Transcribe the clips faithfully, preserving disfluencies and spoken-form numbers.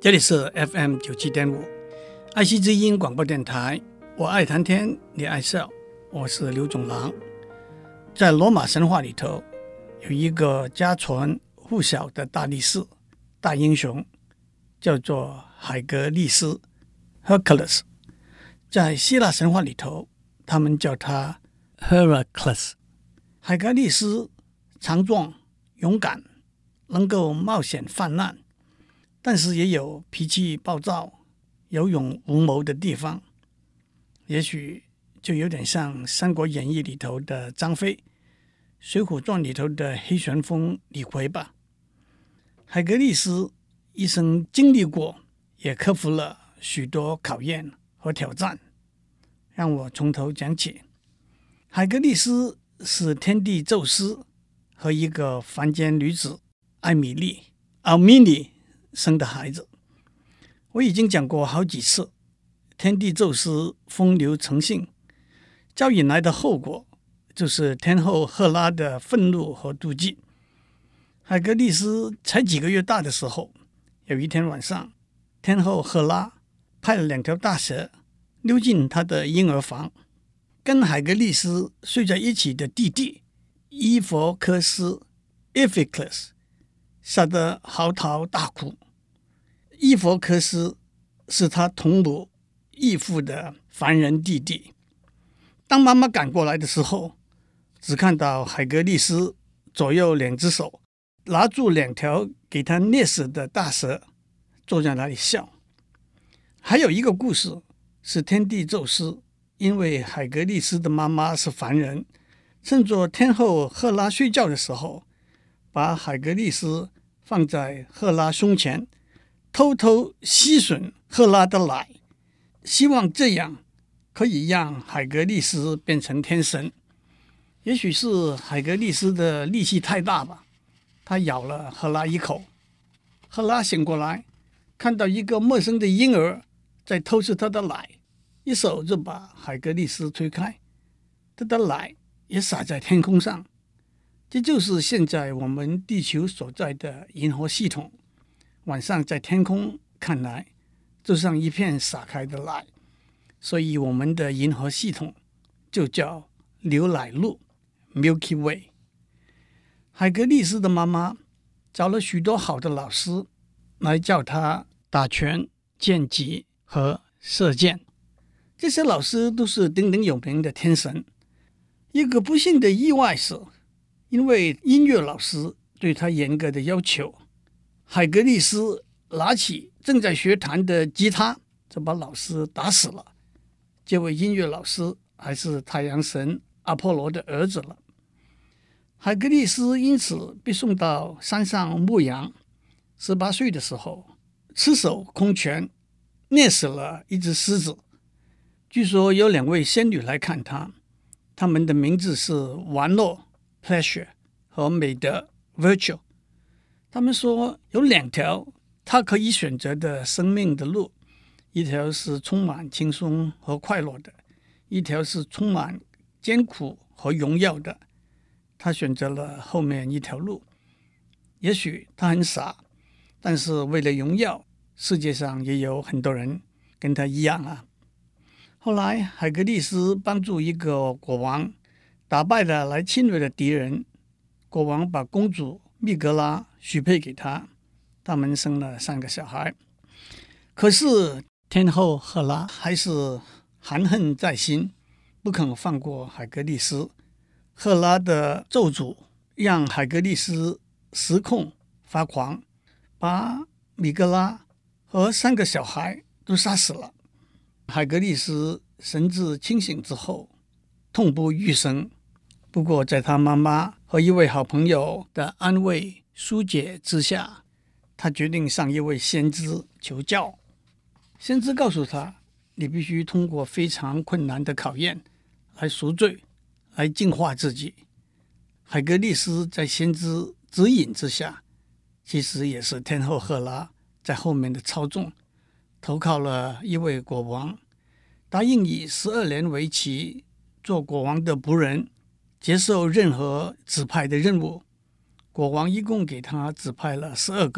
这里是 F M 九七点五爱惜之音广播电台，我爱谈天，你爱笑，我是刘总郎。在罗马神话里头，有一个家传户晓的大力士、大英雄，叫做海格力斯 Hercules。 在希腊神话里头，他们叫他 Heracles。 海格力斯强壮勇敢，能够冒险犯难，但是也有脾气暴躁、有勇无谋的地方。也许就有点像《三国演义》里头的张飞，《水浒传》里头的黑旋风李逵吧。海格力斯一生经历过，也克服了许多考验和挑战。让我从头讲起。海格力斯是天帝宙斯和一个凡间女子艾米丽 Almini 生的孩子。我已经讲过好几次，天帝宙斯风流成性，招引来的后果就是天后赫拉的愤怒和妒忌。海格力斯才几个月大的时候，有一天晚上，天后赫拉派了两条大蛇溜进他的婴儿房，跟海格力斯睡在一起的弟弟伊佛科斯 Iphiclus 吓得嚎啕大哭。伊佛科斯是他同母异父的凡人弟弟。当妈妈赶过来的时候，只看到海格力斯左右两只手拿住两条给他捏死的大蛇，坐在那里笑。还有一个故事是天帝宙斯因为海格力斯的妈妈是凡人，趁着天后赫拉睡觉的时候，把海格力斯放在赫拉胸前，偷偷吸吮赫拉的奶，希望这样可以让海格力斯变成天神。也许是海格力斯的力气太大吧，他咬了赫拉一口。赫拉醒过来，看到一个陌生的婴儿在偷吃他的奶，一手就把海格力斯推开，他的奶也洒在天空上。这就是现在我们地球所在的银河系统，晚上在天空看来就像一片洒开的奶，所以我们的银河系统就叫牛奶路 Milky Way。 海格力斯的妈妈找了许多好的老师来教他打拳、剑击和射箭，这些老师都是鼎鼎有名的天神。一个不幸的意外是，因为音乐老师对他严格的要求，海格力斯拿起正在学弹的吉他就把老师打死了。这位音乐老师还是太阳神阿波罗的儿子了。海格力斯因此被送到山上牧羊，十八岁的时候赤手空拳捏死了一只狮子。据说有两位仙女来看他，他们的名字是玩乐 Pleasure 和美德 Virtue。 他们说有两条他可以选择的生命的路，一条是充满轻松和快乐的，一条是充满艰苦和荣耀的。他选择了后面一条路。也许他很傻，但是为了荣耀，世界上也有很多人跟他一样啊。后来海格力斯帮助一个国王打败了来侵略的敌人，国王把公主密格拉许配给他，他们生了三个小孩。可是天后赫拉还是含恨在心，不肯放过海格力斯。赫拉的咒诅让海格力斯失控发狂，把米格拉和三个小孩都杀死了。海格力斯神志清醒之后痛不欲生，不过在他妈妈和一位好朋友的安慰疏解之下，他决定向一位先知求教。先知告诉他，你必须通过非常困难的考验来赎罪，来净化自己。海格力斯在先知指引之下，其实也是天后赫拉在后面的操纵，投靠了一位国王，答应以十二年为期做国王的仆人，接受任何指派的任务。国王一共给他指派了十二个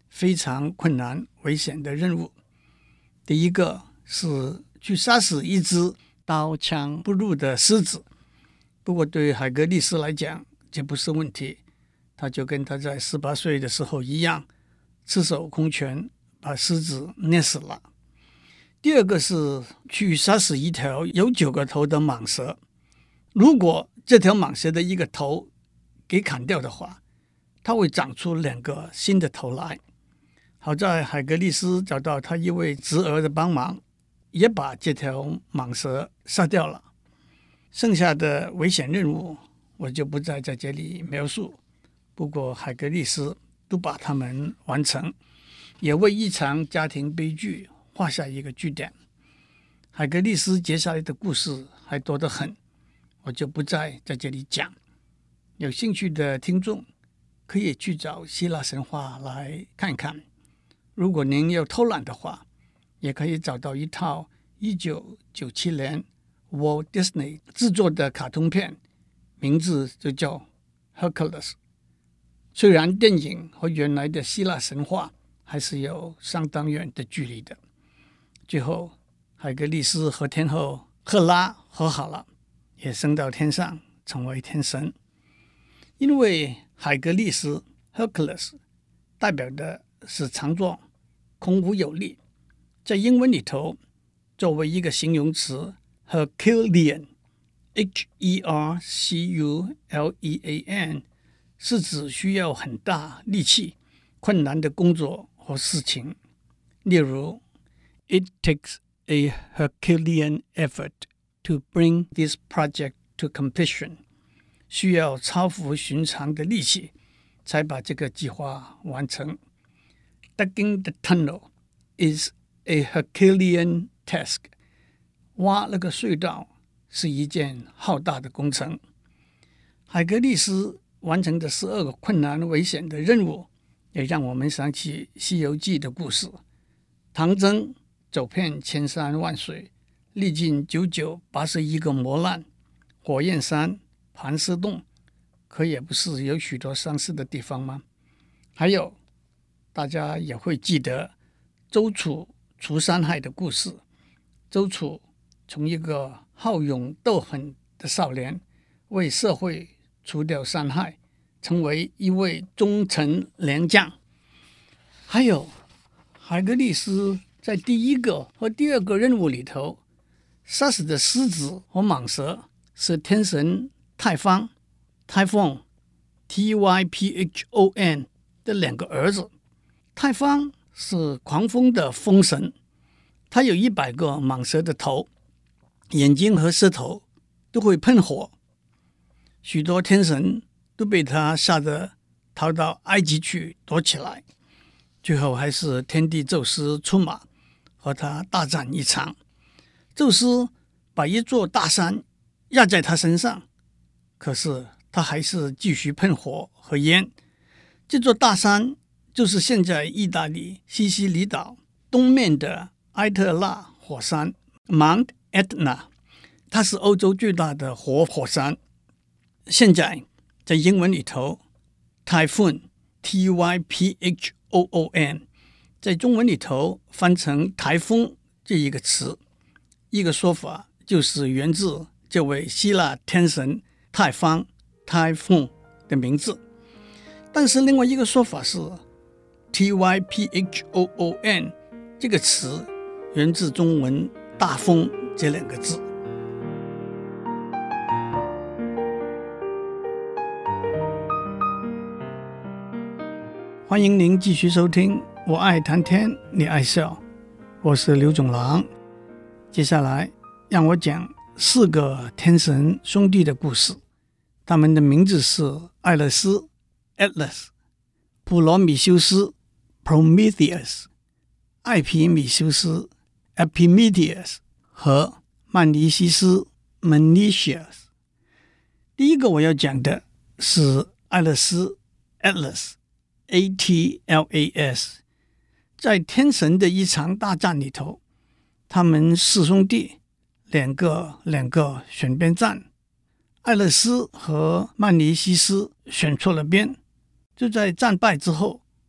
非常困难危险的任务。第一个是去杀死一只刀枪不入的狮子，不过对于海格力斯来讲这不是问题，他就跟他在十八岁的时候一样，赤手空拳把狮子捏死了。第二个是去杀死一条有九个头的蟒蛇，如果这条蟒蛇的一个头给砍掉的话，它会长出两个新的头来。好在海格力斯找到他一位侄儿的帮忙，也把这条蟒蛇杀掉了。剩下的危险任务我就不再在这里描述，不过海格力斯都把它们完成，也为一场家庭悲剧画下一个句点。海格力斯接下来的故事还多得很，我就不再在这里讲。有兴趣的听众可以去找希腊神话来看看。如果您要偷懒的话，也可以找到一套一九九七年 Walt Disney 制作的卡通片，名字就叫 Hercules。 虽然电影和原来的希腊神话还是有相当远的距离的。最后海格力斯和天后赫拉和好了，也升到天上成为天神。因为海格力斯 Hercules 代表的是强壮孔武有力，在英文里头作为一个形容词 Herculean H E R C U L E A N 是指需要很大力气困难的工作或事情。例如 It takes a Herculean effort to bring this project to completion， 需要超乎寻常的力气才把这个计划完成。Digging the tunnel is a Herculean task。 挖那个隧道是一件浩大的工程。海格力斯完成的十二个困难危险的任务，也让我们想起《西游记》的故事。唐僧走遍千山万水，历尽九九八十一个磨难，火焰山、盘丝洞，可也不是有许多相似的地方吗？还有大家也会记得周楚除山害的故事。周楚从一个好勇斗狠的少年，为社会除掉山害，成为一位忠臣良将。还有海格力斯在第一个和第二个任务里头杀死的狮子和蟒蛇是天神泰方 Typhon T Y P H O N 的两个儿子。泰方是狂风的风神，他有一百个蟒蛇的头，眼睛和舌头都会喷火，许多天神都被他吓得逃到埃及去躲起来，最后还是天帝宙斯出马和他大战一场。宙斯把一座大山压在他身上，可是他还是继续喷火和烟。这座大山就是现在意大利西西里岛东面的埃特纳火山 Mount Etna， 它是欧洲最大的活火山。现在在英文里头 Typhoon T Y P H O O N 在中文里头翻成台风这一个词，一个说法就是源自这位希腊天神泰方 Typhon 的名字，但是另外一个说法是T Y P H O O N 这个词源自中文大风这两个字。欢迎您继续收听我爱谈天你爱笑，我是刘总郎。接下来让我讲四个天神兄弟的故事，他们的名字是艾勒斯 Atlas、 普罗米修斯 Prometheus、 艾皮米修斯 Epimetheus 和曼尼西斯 Menicius。 第一个我要讲的是艾勒斯 Atlas A T L A S。 在天神的一场大战里头，他们四兄弟两个两个选边站，艾勒斯和曼尼西斯选错了边，就在战败之后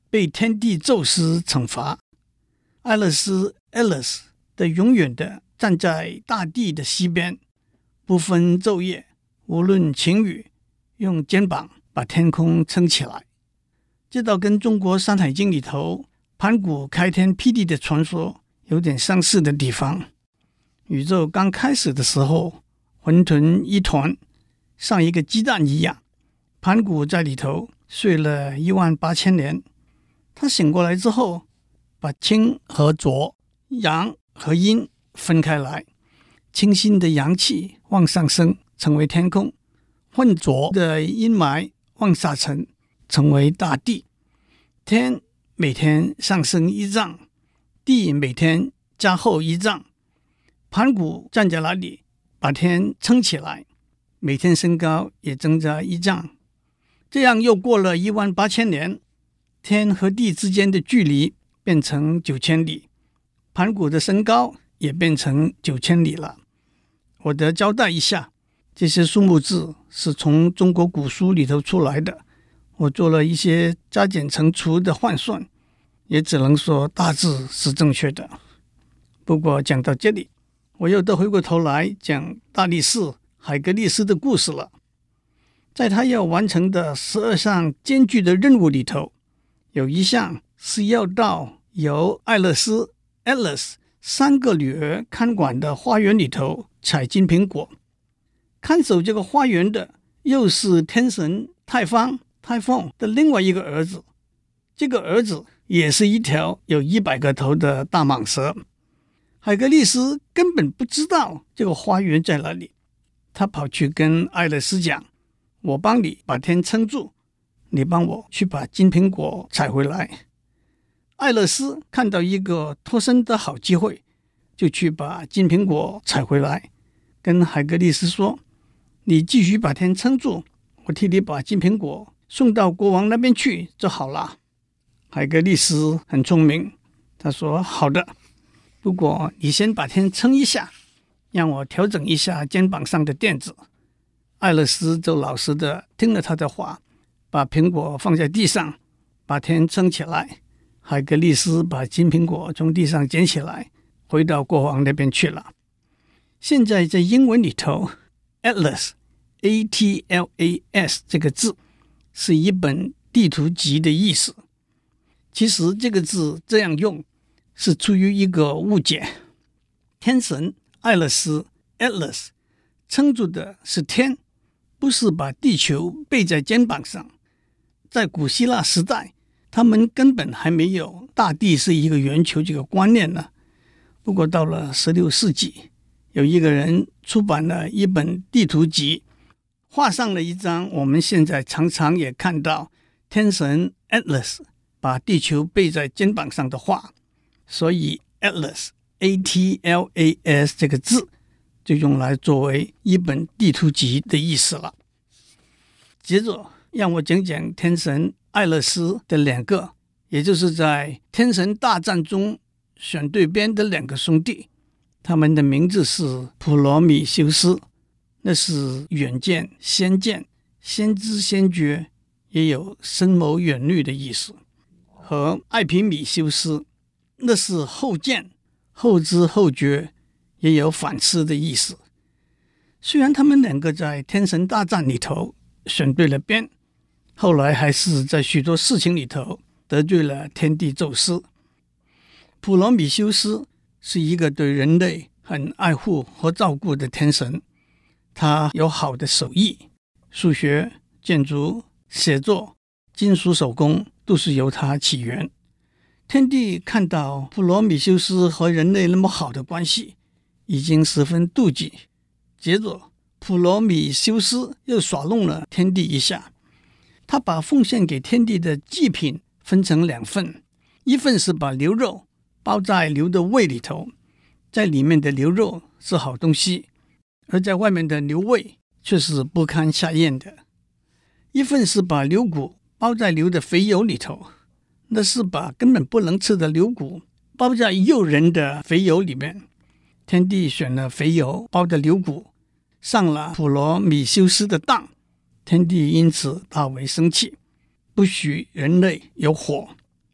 被天帝宙斯惩罚。艾勒斯 Atlas 的永远的站在大地的西边，不分昼夜，无论晴雨，用肩膀把天空撑起来。这倒跟中国《山海经》里头盘古开天辟地的传说有点相似的地方。宇宙刚开始的时候，混沌一团，像一个鸡蛋一样，盘古在里头睡了一万八千年。他醒过来之后，把清和浊、阳和阴分开来，清新的阳气往上升，成为天空；浑浊的阴霾往下沉，成为大地。天每天上升一丈，地每天加厚一丈。盘古站在那里，把天撑起来，每天身高也增加一丈。这样又过了一万八千年，天和地之间的距离变成九千里，盘古的身高也变成九千里了。我得交代一下，这些数目字是从中国古书里头出来的，我做了一些加减乘除的换算，也只能说大致是正确的。不过讲到这里，我又得回过头来讲大力士海格力斯的故事了。在他要完成的十二项艰巨的任务里头，有一项是要到由艾勒斯 Atlas 三个女儿看管的花园里头采金苹果。看守这个花园的又是天神太方太凤的另外一个儿子，这个儿子也是一条有一百个头的大蟒蛇。海格力斯根本不知道这个花园在哪里，他跑去跟艾勒斯讲，我帮你把天撑住，你帮我去把金苹果采回来。艾勒斯看到一个脱身的好机会，就去把金苹果采回来，跟海格力斯说，你继续把天撑住，我替你把金苹果送到国王那边去就好了。海格力斯很聪明，他说好的，不过你先把天撑一下，让我调整一下肩膀上的垫子。艾勒斯就老实的听了他的话，把苹果放在地上，把天撑起来。海格力斯把金苹果从地上捡起来，回到国王那边去了。现在在英文里头 Atlas A T L A S 这个字是一本地图集的意思。其实这个字这样用是出于一个误解，天神艾勒斯 Atlas 撑住的是天，不是把地球背在肩膀上。在古希腊时代，他们根本还没有大地是一个圆球这个观念呢。不过到了十六世纪，有一个人出版了一本地图集，画上了一张我们现在常常也看到天神 Atlas 把地球背在肩膀上的画，所以 Atlas A T L A S 这个字就用来作为一本地图集的意思了。接着让我讲讲天神艾勒斯的两个，也就是在天神大战中选对边的两个兄弟，他们的名字是普罗米修斯，那是远见、先见、先知先觉，也有深谋远虑的意思；和艾皮米修斯，那是后见、后知后觉，也有反思的意思。虽然他们两个在天神大战里头选对了边，后来还是在许多事情里头得罪了天帝宙斯。普罗米修斯是一个对人类很爱护和照顾的天神，他有好的手艺，数学、建筑、写作、金属手工都是由他起源。天帝看到普罗米修斯和人类那么好的关系，已经十分妒忌。接着普罗米修斯又耍弄了天帝一下，他把奉献给天帝的祭品分成两份，一份是把牛肉包在牛的胃里头，在里面的牛肉是好东西，而在外面的牛胃却是不堪下咽的；一份是把牛骨包在牛的肥油里头，那是把根本不能吃的牛骨包在诱人的肥油里面。天帝选了肥油包的牛骨，上了普罗米修斯的当，天帝因此大为生气，不许人类有火，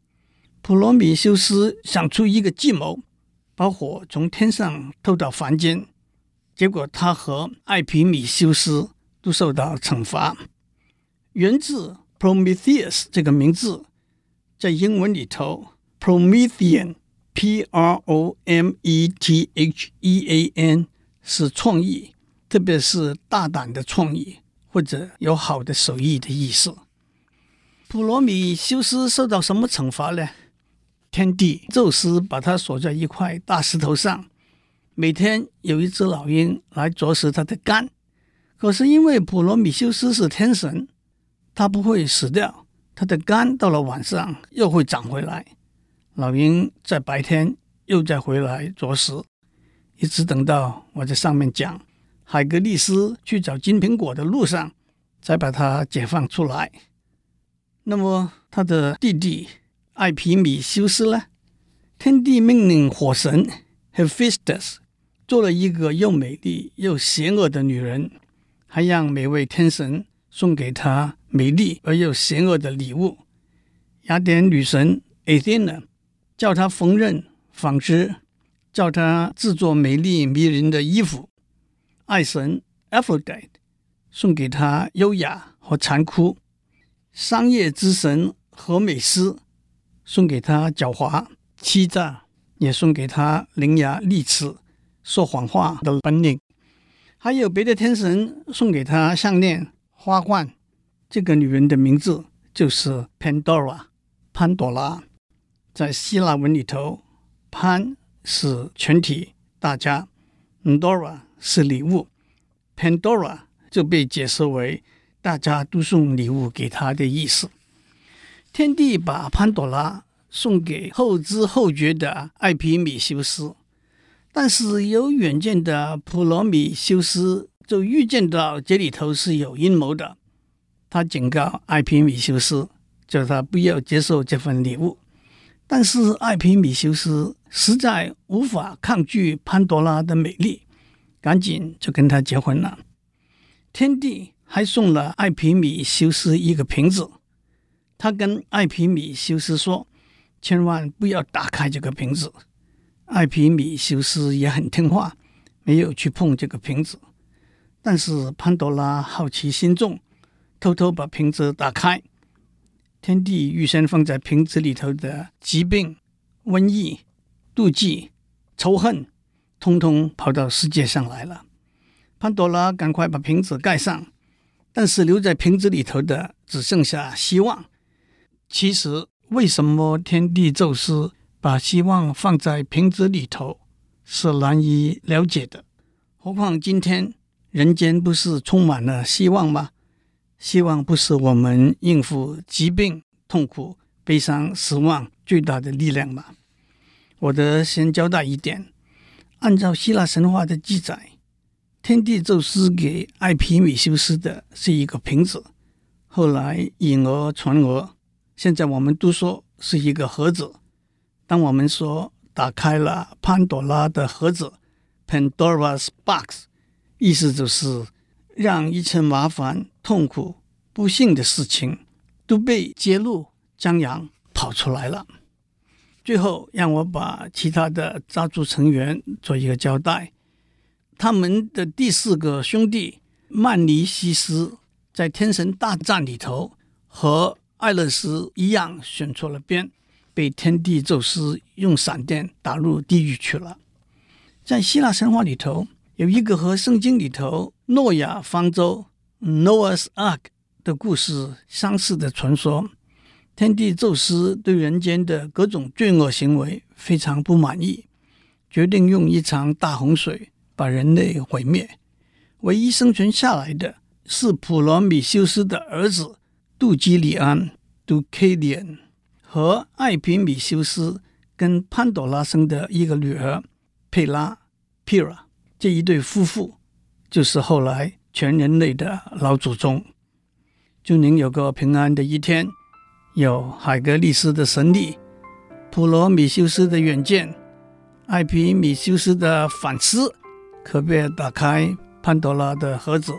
普罗米修斯想出一个计谋，把火从天上透到凡间，结果他和艾皮米修斯都受到惩罚。源自 Prometheus 这个名字，在英文里头 Promethean P R O M E T H E A N 是创意，特别是大胆的创意或者有好的手艺的意思。普罗米修斯受到什么惩罚呢？天帝宙斯把他锁在一块大石头上，每天有一只老鹰来啄食他的肝。可是因为普罗米修斯是天神，他不会死掉，他的肝到了晚上又会长回来，老鹰在白天又再回来啄食，一直等到我在上面讲海格力斯去找金苹果的路上，再把它解放出来。那么他的弟弟艾皮米修斯呢？天帝命令火神 Hephaestus 做了一个又美丽又邪恶的女人，还让每位天神送给他美丽而又邪恶的礼物。雅典女神 Athena 叫他缝纫纺织，叫他制作美丽迷人的衣服。爱神 Aphrodite 送给他优雅和残酷。商业之神荷美斯送给他狡猾欺诈，也送给他伶牙俐齿说谎话的本领。还有别的天神送给他项链花冠，这个女人的名字就是 Pandora 潘朵拉。在希腊文里头，潘是全体大家， Dora 是礼物， Pandora 就被解释为大家都送礼物给他的意思。天帝把潘朵拉送给后知后觉的艾皮米修斯，但是有远见的普罗米修斯就预见到这里头是有阴谋的。他警告艾皮米修斯，叫他不要接受这份礼物。但是艾皮米修斯实在无法抗拒潘朵拉的美丽，赶紧就跟他结婚了。天帝还送了艾皮米修斯一个瓶子，他跟艾皮米修斯说，千万不要打开这个瓶子。艾皮米修斯也很听话，没有去碰这个瓶子。但是潘朵拉好奇心重，偷偷把瓶子打开。天帝预先放在瓶子里头的疾病、瘟疫、妒忌、仇恨，通通跑到世界上来了。潘朵拉赶快把瓶子盖上，但是留在瓶子里头的只剩下希望。其实为什么天帝宙斯把希望放在瓶子里头是难以了解的。何况今天人间不是充满了希望吗？希望不是我们应付疾病、痛苦、悲伤、失望最大的力量吗？我得先交代一点，按照希腊神话的记载，天帝宙斯给艾皮米修斯的是一个瓶子，后来以讹传讹，现在我们都说是一个盒子。当我们说打开了潘朵拉的盒子 Pandora's Box， 意思就是让一切麻烦、痛苦、不幸的事情都被揭露、张扬跑出来了。最后让我把其他的家族成员做一个交代。他们的第四个兄弟曼尼西斯在天神大战里头和艾勒斯一样选错了边，被天帝宙斯用闪电打入地狱去了。在希腊神话里头有一个和圣经里头诺亚方舟 Noah's Ark 的故事相似的传说。天帝宙斯对人间的各种罪恶行为非常不满意，决定用一场大洪水把人类毁灭。唯一生存下来的是普罗米修斯的儿子杜基里安 Deucalion 和艾皮米修斯跟潘朵拉生的一个女儿佩拉 Pyrrha， 这一对夫妇就是后来全人类的老祖宗。祝您有个平安的一天，有海格力斯的神力，普罗米修斯的远见，艾皮米修斯的反思，可别打开潘朵拉的盒子。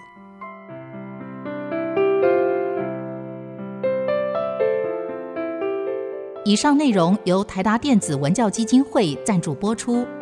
以上内容由台达电子文教基金会赞助播出。